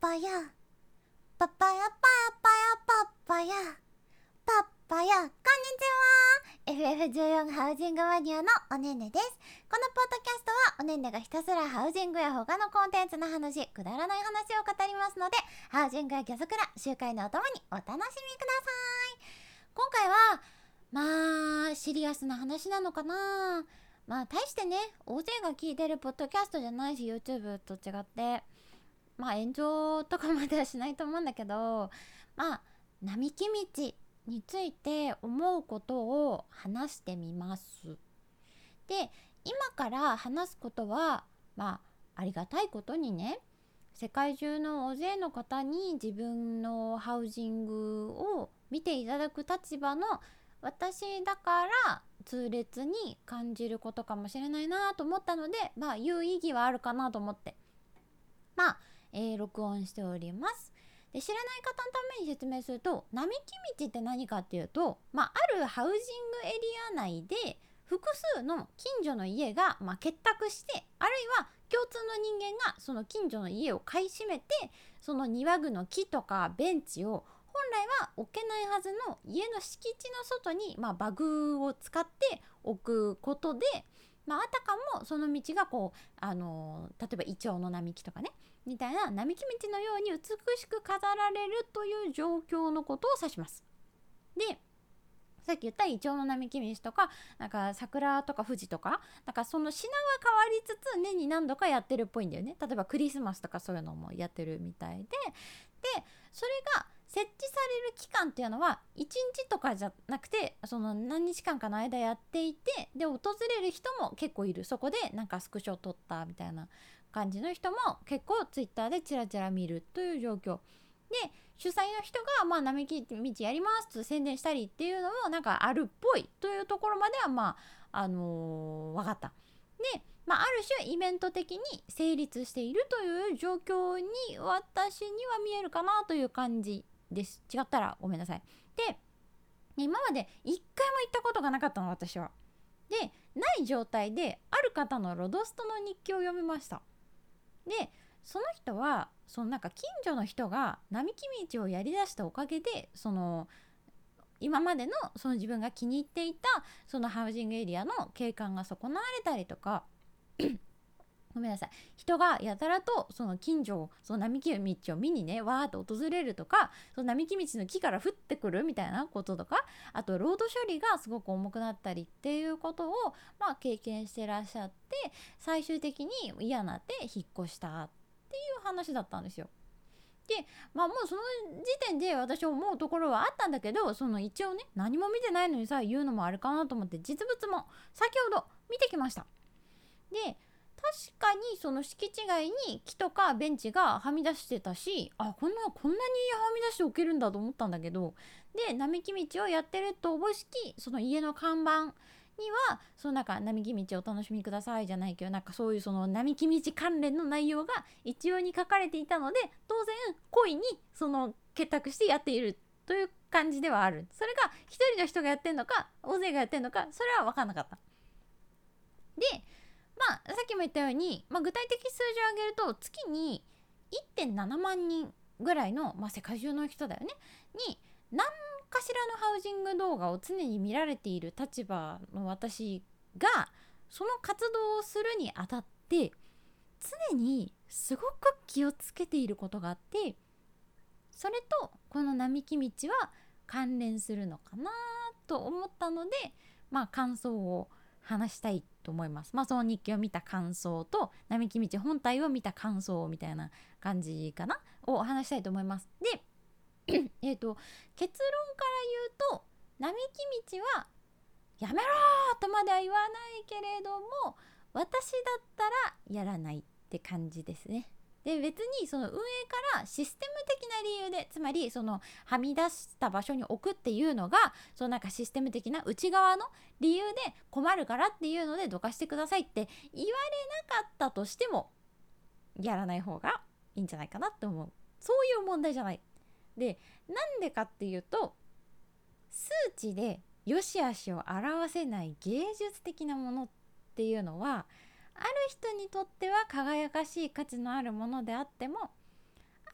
パヤパパヤパヤパヤパパヤパパヤ。こんにちは。 FF14 ハウジングマニアのおねんねです。このポッドキャストはおねんねがひたすらハウジングや他のコンテンツの話、くだらない話を語りますので、ハウジングやギャザクラ集会のお供にお楽しみください。今回はシリアスな話なのかな。大してね、大勢が聞いてるポッドキャストじゃないし、 YouTube と違って炎上とかまではしないと思うんだけど、並木道について思うことを話してみます。で、今から話すことはありがたいことにね、世界中の大勢の方に自分のハウジングを見ていただく立場の私だから痛烈に感じることかもしれないなと思ったので、言う意義はあるかなと思って録音しております。で、知らない方のために説明すると、並木道って何かっていうと、あるハウジングエリア内で複数の近所の家が結託して、あるいは共通の人間がその近所の家を買い占めて、その庭具の木とかベンチを本来は置けないはずの家の敷地の外にバグを使って置くことで、あたかもその道が例えばイチョウの並木とかねみたいな並木道のように美しく飾られるという状況のことを指します。で、さっき言ったイチョウの並木道とか桜とか富士とかその品は変わりつつ年に何度かやってるっぽいんだよね。例えばクリスマスとかそういうのもやってるみたいで、それが設置される期間っていうのは1日とかじゃなくて、その何日間かの間やっていて、で訪れる人も結構いる。そこでスクショ撮ったみたいな感じの人も結構ツイッターでチラチラ見るという状況で、主催の人が並木道やりますと宣伝したりっていうのもあるっぽいというところまでは分かった。で、ある種イベント的に成立しているという状況に私には見えるかなという感じです。違ったらごめんなさい。で、今まで一回も行ったことがなかったの、私は。で、ない状態である方のロドストの日記を読みました。で、その人は近所の人が並木道をやりだしたおかげで、今までの自分が気に入っていたそのハウジングエリアの景観が損なわれたりとかごめんなさい、人がやたらとその近所を並木道を見にねわーっと訪れるとか、その並木道の木から降ってくるみたいなこととか、あとロード処理がすごく重くなったりっていうことを経験してらっしゃって、最終的に嫌になって引っ越したっていう話だったんですよ。で、もうその時点で私思うところはあったんだけど、一応ね、何も見てないのに言うのもあれかなと思って実物も先ほど見てきました。で、確かにその敷地外に木とかベンチがはみ出してたし、こんなにはみ出しておけるんだと思ったんだけど、で、並木道をやってるとおぼしきその家の看板には並木道をお楽しみくださいじゃないけど、そういうその並木道関連の内容が一様に書かれていたので、当然故意に結託してやっているという感じではある。それが一人の人がやってんのか大勢がやってんのか、それは分かんなかった。で、さっきも言ったように、具体的数字を挙げると月に 1.7 万人ぐらいの、世界中の人だよねに何かしらのハウジング動画を常に見られている立場の私が、その活動をするにあたって常にすごく気をつけていることがあって、それとこの並木道は関連するのかなと思ったので、感想を話したいと思います。その日記を見た感想と並木道本体を見た感想みたいな感じかなを話したいと思います。で結論から言うと、並木道はやめろーとまでは言わないけれども、私だったらやらないって感じですね。で、別にその運営からシステム的な理由で、つまりはみ出した場所に置くっていうのがシステム的な内側の理由で困るからっていうのでどかしてくださいって言われなかったとしても、やらない方がいいんじゃないかなって思う。そういう問題じゃない。で、なんでかっていうと、数値で良し悪しを表せない芸術的なものっていうのは、ある人にとっては輝かしい価値のあるものであっても、あ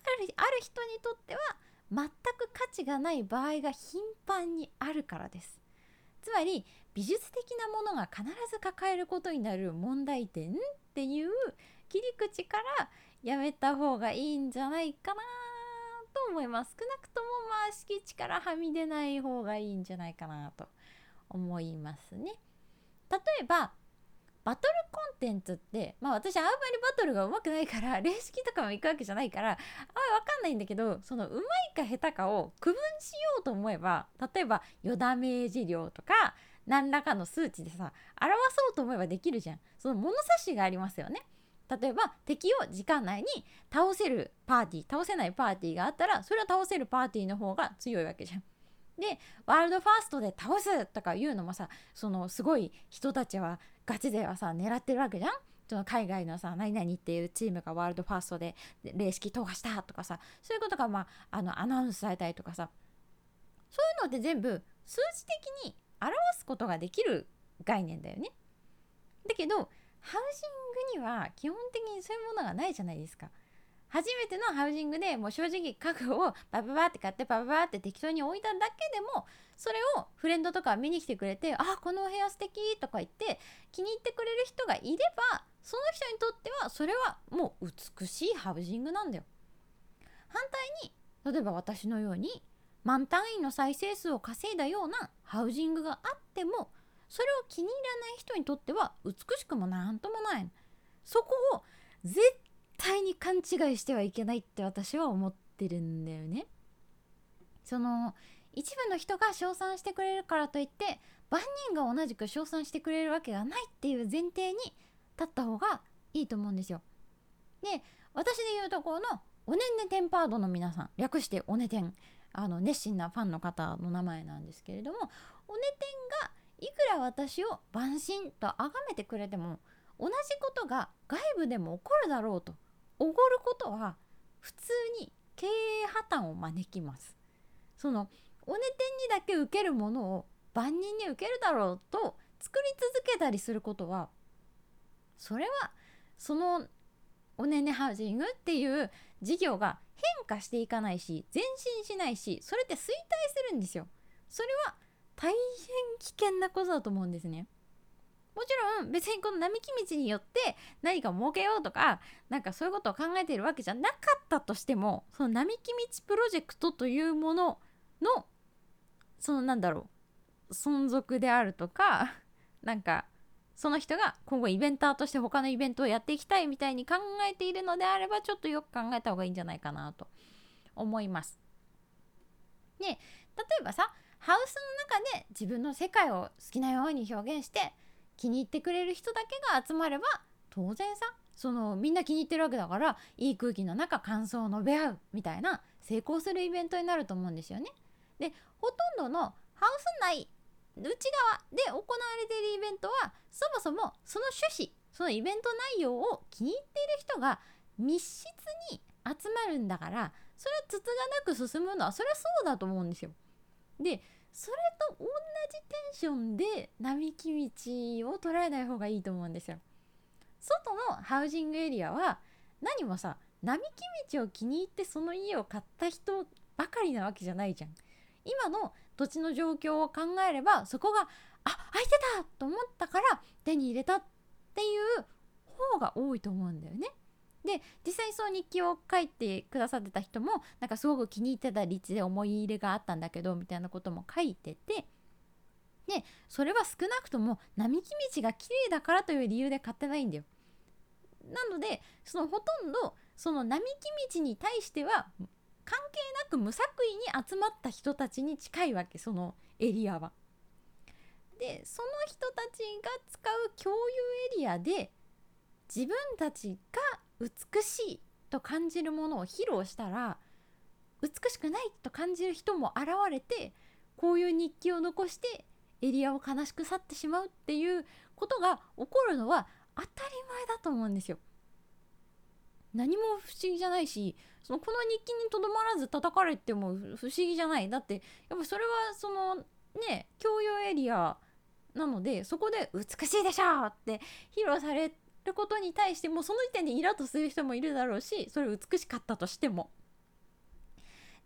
ある人にとっては全く価値がない場合が頻繁にあるからです。つまり美術的なものが必ず抱えることになる問題点っていう切り口からやめた方がいいんじゃないかなと思います。少なくとも敷地からはみ出ない方がいいんじゃないかなと思いますね。例えばバトルコンテンツって、私あんまりバトルが上手くないから霊式とかも行くわけじゃないからあんまり分かんないんだけど、その上手いか下手かを区分しようと思えば、例えば余ダメージ量とか何らかの数値でさ表そうと思えばできるじゃん。その物差しがありますよね。例えば敵を時間内に倒せるパーティー、倒せないパーティーがあったら、それは倒せるパーティーの方が強いわけじゃん。でワールドファーストで倒すとかいうのもさ、そのすごい人たちはガチではさ狙ってるわけじゃん。その海外のさ何々っていうチームがワールドファーストで霊式踏破したとかさ、そういうことがアナウンスされたりとかさ、そういうのって全部数値的に表すことができる概念だよね。だけどハウジングには基本的にそういうものがないじゃないですか。初めてのハウジングでもう正直家具をバババって買ってバババって適当に置いただけでも、それをフレンドとか見に来てくれて、あこのお部屋素敵とか言って気に入ってくれる人がいれば、その人にとってはそれはもう美しいハウジングなんだよ。反対に例えば私のように万単位の再生数を稼いだようなハウジングがあっても、それを気に入らない人にとっては美しくもなんともない。そこを絶対に勘違いしてはいけないって私は思ってるんだよね。その一部の人が称賛してくれるからといって万人が同じく称賛してくれるわけがないっていう前提に立った方がいいと思うんですよ。で私で言うところのおねんねテンパードの皆さん、略しておねてん、熱心なファンの方の名前なんですけれども、おねてんがいくら私を万神と崇めてくれても、同じことが外部でも起こるだろうとおごることは普通に経営破綻を招きます。そのおねてんにだけ受けるものを万人に受けるだろうと作り続けたりすることは、それはそのおねねハウジングっていう事業が変化していかないし前進しないし、それって衰退するんですよ。それは大変危険なことだと思うんですね。もちろん別にこの並木道によって何か儲けようとかなんかそういうことを考えているわけじゃなかったとしても、その並木道プロジェクトというもののその存続であるとか、なんかその人が今後イベンターとして他のイベントをやっていきたいみたいに考えているのであれば、ちょっとよく考えた方がいいんじゃないかなと思います。で例えばさ、ハウスの中で自分の世界を好きなように表現して気に入ってくれる人だけが集まれば、当然さそのみんな気に入ってるわけだから、いい空気の中感想を述べ合うみたいな成功するイベントになると思うんですよね。でほとんどのハウス内内側で行われているイベントは、そもそもその趣旨、そのイベント内容を気に入っている人が密室に集まるんだから、それはつつがなく進むのはそれはそうだと思うんですよ。でそれと同じテンションで並木道を捉えない方がいいと思うんですよ。外のハウジングエリアは何もさ、並木道を気に入ってその家を買った人ばかりなわけじゃないじゃん。今の土地の状況を考えれば、そこが空いてたと思ったから手に入れたっていう方が多いと思うんだよね。で実際そう日記を書いてくださってた人も、なんかすごく気に入ってた立地で思い入れがあったんだけどみたいなことも書いてて、でそれは少なくとも並木道が綺麗だからという理由で買ってないんだよ。なのでそのほとんどその並木道に対しては関係なく無作為に集まった人たちに近いわけ、そのエリアは。でその人たちが使う共有エリアで自分たちが美しいと感じるものを披露したら、美しくないと感じる人も現れて、こういう日記を残してエリアを悲しく去ってしまうっていうことが起こるのは当たり前だと思うんですよ。何も不思議じゃないし、この日記にとどまらず叩かれても不思議じゃない。だってやっぱそれはそのね共有エリアなので、そこで美しいでしょって披露されることに対してもその時点でイラッとする人もいるだろうし、それ美しかったとしても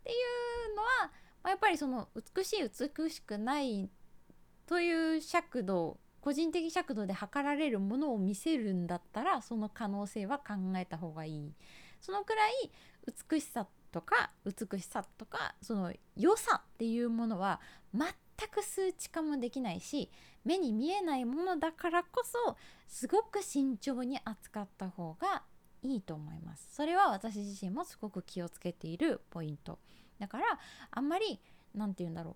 いうのは、やっぱりその美しい美しくないという尺度、個人的尺度で測られるものを見せるんだったら、その可能性は考えた方がいい。そのくらい美しさとかその良さっていうものは全く数値化もできないし、目に見えないものだからこそすごく慎重に扱った方がいいと思います。それは私自身もすごく気をつけているポイントだから、あんまりなんて言うんだろう、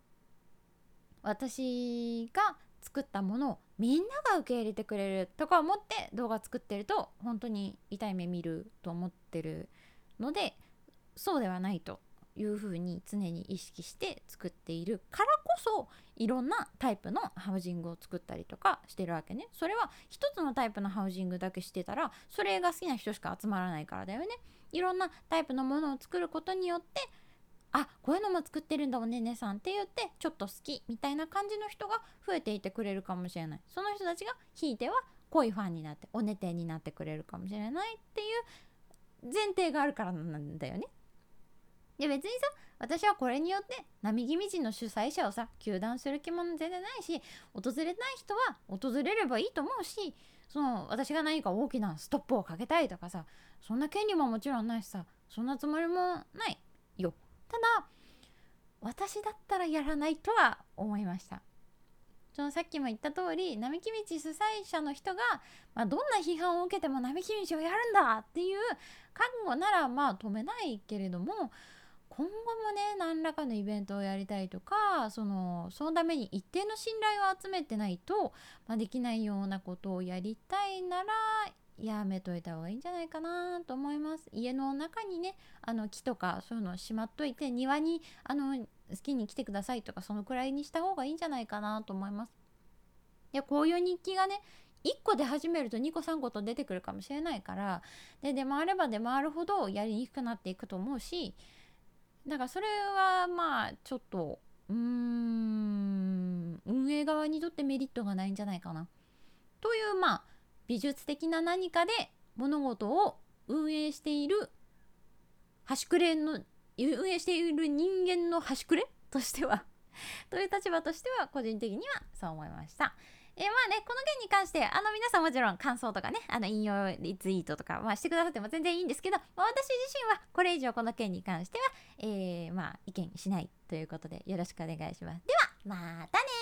私が作ったものをみんなが受け入れてくれるとか思って動画作ってると本当に痛い目見ると思ってるので、そうではないというふうに常に意識して作っているからこそ、いろんなタイプのハウジングを作ったりとかしてるわけね。それは一つのタイプのハウジングだけしてたらそれが好きな人しか集まらないからだよね。いろんなタイプのものを作ることによって、あ、こういうのも作ってるんだおねねさんって言ってちょっと好きみたいな感じの人が増えていてくれるかもしれない。その人たちがひいては濃いファンになっておねてになってくれるかもしれないっていう前提があるからなんだよね。で別にさ、私はこれによって並木道の主催者をさ糾弾する気も全然ないし、訪れない人は訪れればいいと思うし、その私が何か大きなストップをかけたいとかさ、そんな権利ももちろんないしさ、そんなつもりもないよ。ただ私だったらやらないとは思いました。そのさっきも言った通り、並木道主催者の人が、どんな批判を受けても並木道をやるんだっていう覚悟なら止めないけれども、今後もね何らかのイベントをやりたいとか、そのために一定の信頼を集めてないと、できないようなことをやりたいならやめといた方がいいんじゃないかなと思います。家の中にね木とかそういうのをしまっといて、庭に好きに来てくださいとか、そのくらいにした方がいいんじゃないかなと思います。いや、こういう日記がね1個で始めると2個3個と出てくるかもしれないから、で出回れば出回るほどやりにくくなっていくと思うし、だからそれはちょっと運営側にとってメリットがないんじゃないかなという、美術的な何かで物事を運営している端くれの運営している人間の端くれとしてはという立場としては個人的にはそう思いました。この件に関して皆さんもちろん感想とかね引用リツイートとか、してくださっても全然いいんですけど、私自身はこれ以上この件に関しては、意見しないということでよろしくお願いします。ではまたね。